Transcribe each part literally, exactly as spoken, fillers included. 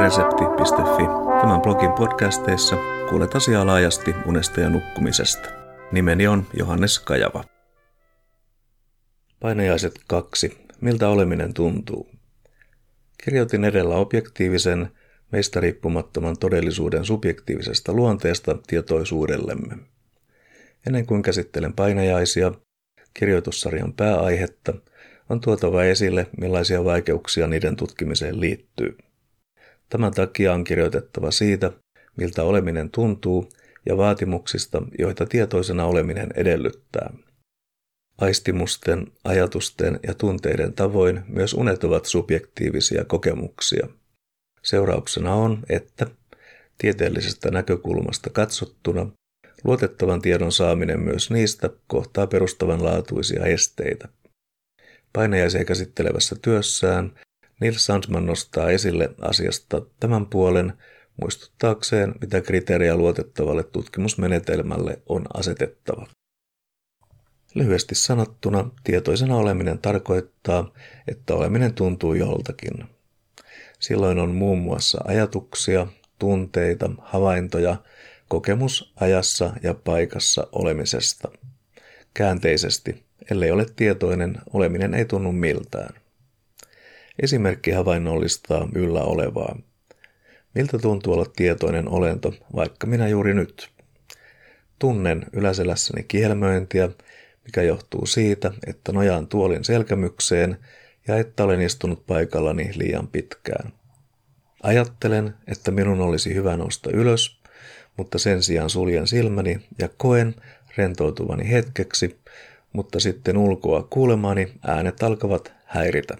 uneresepti piste fi. Tämän blogin podcasteissa kuulet asiaa laajasti unesta ja nukkumisesta. Nimeni on Johannes Kajava. Painajaiset kaksi. Miltä oleminen tuntuu? Kirjoitin edellä objektiivisen, meistä riippumattoman todellisuuden subjektiivisesta luonteesta tietoisuudellemme. Ennen kuin käsittelen painajaisia, kirjoitussarjan pääaihetta, on tuotava esille, millaisia vaikeuksia niiden tutkimiseen liittyy. Tämän takia on kirjoitettava siitä, miltä oleminen tuntuu, ja vaatimuksista, joita tietoisena oleminen edellyttää. Aistimusten, ajatusten ja tunteiden tavoin myös unet ovat subjektiivisia kokemuksia. Seurauksena on, että tieteellisestä näkökulmasta katsottuna luotettavan tiedon saaminen myös niistä kohtaa perustavanlaatuisia esteitä. Painajaisia käsittelevässä työssään Nils Sandman nostaa esille asiasta tämän puolen muistuttaakseen, mitä kriteerejä luotettavalle tutkimusmenetelmälle on asetettava. Lyhyesti sanottuna, tietoisena oleminen tarkoittaa, että oleminen tuntuu joltakin. Silloin on muun muassa ajatuksia, tunteita, havaintoja, kokemus ajassa ja paikassa olemisesta. Käänteisesti, ellei ole tietoinen, oleminen ei tunnu miltään. Esimerkki havainnollistaa yllä olevaa. Miltä tuntuu olla tietoinen olento, vaikka minä juuri nyt? Tunnen yläselässäni kihelmöintiä, mikä johtuu siitä, että nojaan tuolin selkämykseen ja että olen istunut paikallani liian pitkään. Ajattelen, että minun olisi hyvä nousta ylös, mutta sen sijaan suljen silmäni ja koen rentoutuvani hetkeksi, mutta sitten ulkoa kuulemani äänet alkavat häiritä.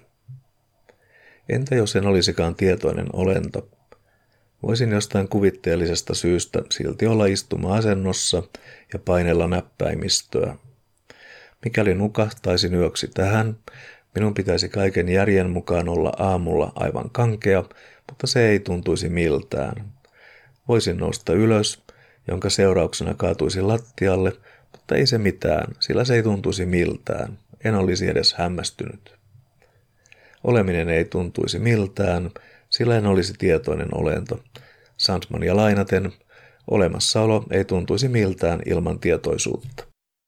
Entä jos en olisikaan tietoinen olento? Voisin jostain kuvitteellisesta syystä silti olla istuma-asennossa ja painella näppäimistöä. Mikäli nukahtaisin yöksi tähän, minun pitäisi kaiken järjen mukaan olla aamulla aivan kankea, mutta se ei tuntuisi miltään. Voisin nousta ylös, jonka seurauksena kaatuisin lattialle, mutta ei se mitään, sillä se ei tuntuisi miltään. En olisi edes hämmästynyt. Oleminen ei tuntuisi miltään, sillä en olisi tietoinen olento. Sandmania lainaten, olemassaolo ei tuntuisi miltään ilman tietoisuutta.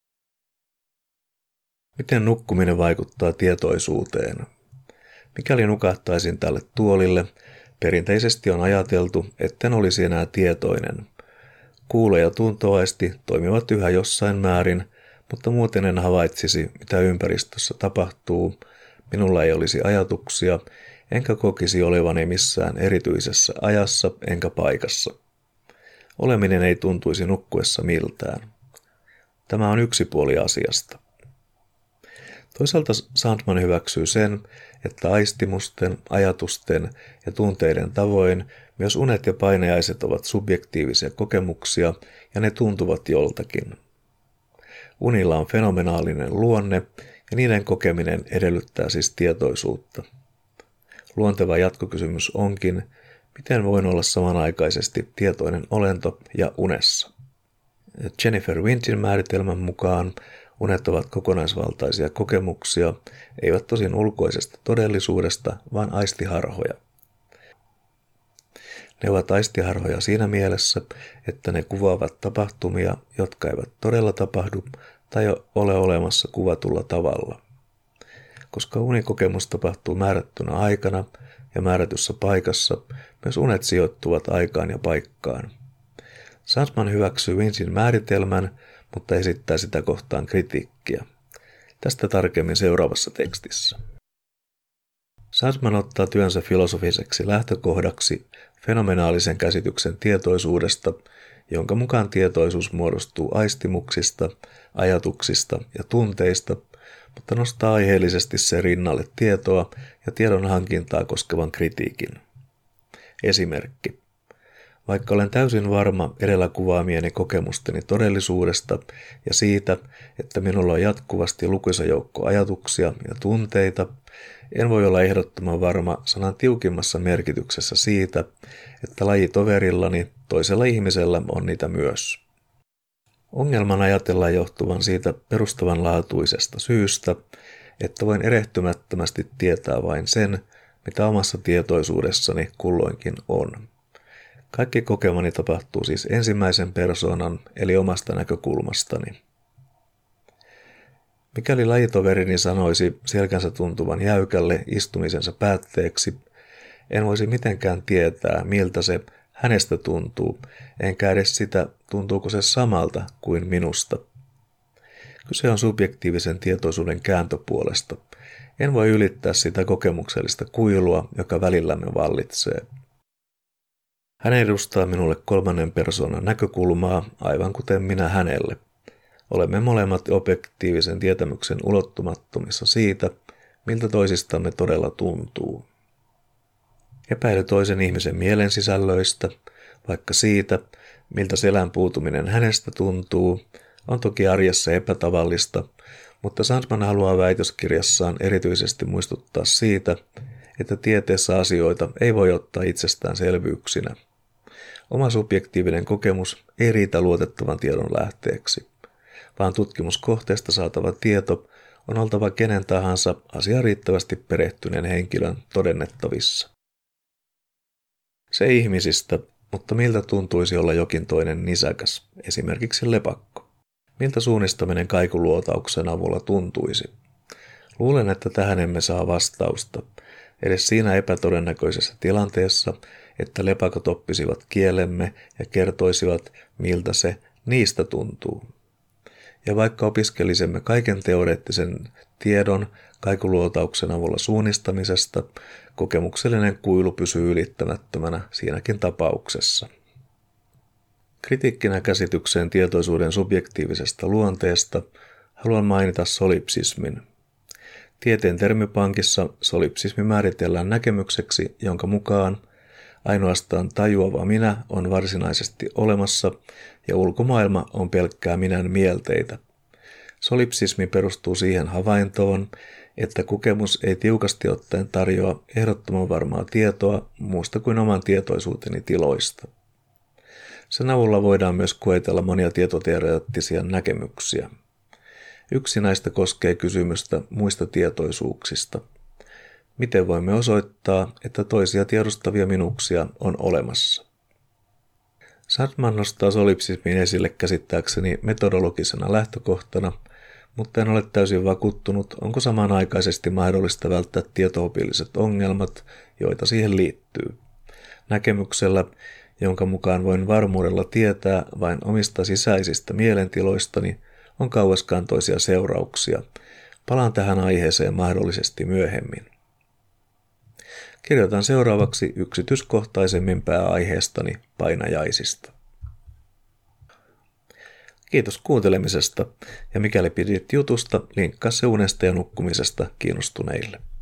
Miten nukkuminen vaikuttaa tietoisuuteen? Mikäli nukahtaisin tälle tuolille, perinteisesti on ajateltu, etten olisi enää tietoinen. Kuulo ja tuntoaisti toimivat yhä jossain määrin, mutta muuten en havaitsisi, mitä ympäristössä tapahtuu. Minulla ei olisi ajatuksia, enkä kokisi olevani missään erityisessä ajassa enkä paikassa. Oleminen ei tuntuisi nukkuessa miltään. Tämä on yksi puoli asiasta. Toisaalta Sandman hyväksyy sen, että aistimusten, ajatusten ja tunteiden tavoin myös unet ja painajaiset ovat subjektiivisia kokemuksia ja ne tuntuvat joltakin. Unilla on fenomenaalinen luonne ja niiden kokeminen edellyttää siis tietoisuutta. Luonteva jatkokysymys onkin, miten voin olla samanaikaisesti tietoinen olento ja unessa. Jennifer Wintin määritelmän mukaan unet ovat kokonaisvaltaisia kokemuksia, eivät tosin ulkoisesta todellisuudesta, vaan aistiharhoja. Ne ovat aistiharhoja siinä mielessä, että ne kuvaavat tapahtumia, jotka eivät todella tapahdu tai ole olemassa kuvatulla tavalla. Koska unikokemus tapahtuu määrättynä aikana ja määrätyssä paikassa, myös unet sijoittuvat aikaan ja paikkaan. Sandman hyväksyy Wintin määritelmän, mutta esittää sitä kohtaan kritiikkiä. Tästä tarkemmin seuraavassa tekstissä. Sandman ottaa työnsä filosofiseksi lähtökohdaksi fenomenaalisen käsityksen tietoisuudesta, jonka mukaan tietoisuus muodostuu aistimuksista, ajatuksista ja tunteista, mutta nostaa aiheellisesti sen rinnalle tietoa ja tiedon hankintaa koskevan kritiikin. Esimerkki. Vaikka olen täysin varma edellä kuvaamieni kokemusteni todellisuudesta ja siitä, että minulla on jatkuvasti lukuisa joukko ajatuksia ja tunteita, en voi olla ehdottoman varma sanan tiukimmassa merkityksessä siitä, että lajitoverillani toisella ihmisellä on niitä myös. Ongelman ajatellaan johtuvan siitä perustavanlaatuisesta syystä, että voin erehtymättömästi tietää vain sen, mitä omassa tietoisuudessani kulloinkin on. Kaikki kokemani tapahtuu siis ensimmäisen persoonan eli omasta näkökulmastani. Mikäli lajitoverini sanoisi selkänsä tuntuvan jäykälle istumisensa päätteeksi, en voisi mitenkään tietää, miltä se hänestä tuntuu, enkä edes sitä, tuntuuko se samalta kuin minusta. Kyse on subjektiivisen tietoisuuden kääntöpuolesta. En voi ylittää sitä kokemuksellista kuilua, joka välillämme vallitsee. Hän edustaa minulle kolmannen persoonan näkökulmaa, aivan kuten minä hänelle. Olemme molemmat objektiivisen tietämyksen ulottumattomissa siitä, miltä toisistamme todella tuntuu. Epäily toisen ihmisen mielen sisällöistä, vaikka siitä, miltä selän puutuminen hänestä tuntuu, on toki arjessa epätavallista, mutta Sandman haluaa väitöskirjassaan erityisesti muistuttaa siitä, että tieteessä asioita ei voi ottaa itsestäänselvyyksinä. Oma subjektiivinen kokemus ei riitä luotettavan tiedon lähteeksi, vaan tutkimuskohteesta saatava tieto on oltava kenen tahansa asiaan riittävästi perehtyneen henkilön todennettavissa. Se ihmisistä, mutta miltä tuntuisi olla jokin toinen nisäkäs, esimerkiksi lepakko? Miltä suunnistaminen kaikuluotauksen avulla tuntuisi? Luulen, että tähän emme saa vastausta, edes siinä epätodennäköisessä tilanteessa, että lepakot oppisivat kielemme ja kertoisivat, miltä se niistä tuntuu. Ja vaikka opiskelisimme kaiken teoreettisen tiedon kaikuluotauksen avulla suunnistamisesta, kokemuksellinen kuilu pysyy ylittämättömänä siinäkin tapauksessa. Kritiikkinä käsitykseen tietoisuuden subjektiivisesta luonteesta haluan mainita solipsismin. Tieteen termipankissa solipsismi määritellään näkemykseksi, jonka mukaan ainoastaan tajuava minä on varsinaisesti olemassa ja ulkomaailma on pelkkää minän mielteitä. Solipsismi perustuu siihen havaintoon, että kokemus ei tiukasti ottaen tarjoa ehdottoman varmaa tietoa muusta kuin oman tietoisuuteni tiloista. Sen avulla voidaan myös koetella monia tietoteoreettisia näkemyksiä. Yksi näistä koskee kysymystä muista tietoisuuksista. Miten voimme osoittaa, että toisia tiedostavia minuksia on olemassa? Sandman nostaa solipsismin esille käsittääkseni metodologisena lähtökohtana, mutta en ole täysin vakuuttunut, onko samanaikaisesti mahdollista välttää tieto-opilliset ongelmat, joita siihen liittyy. Näkemyksellä, jonka mukaan voin varmuudella tietää vain omista sisäisistä mielentiloistani, on kauaskantoisia seurauksia. Palaan tähän aiheeseen mahdollisesti myöhemmin. Kirjoitan seuraavaksi yksityiskohtaisemmin pääaiheestani painajaisista. Kiitos kuuntelemisesta, ja mikäli pidit jutusta, linkkaa se unesta ja nukkumisesta kiinnostuneille.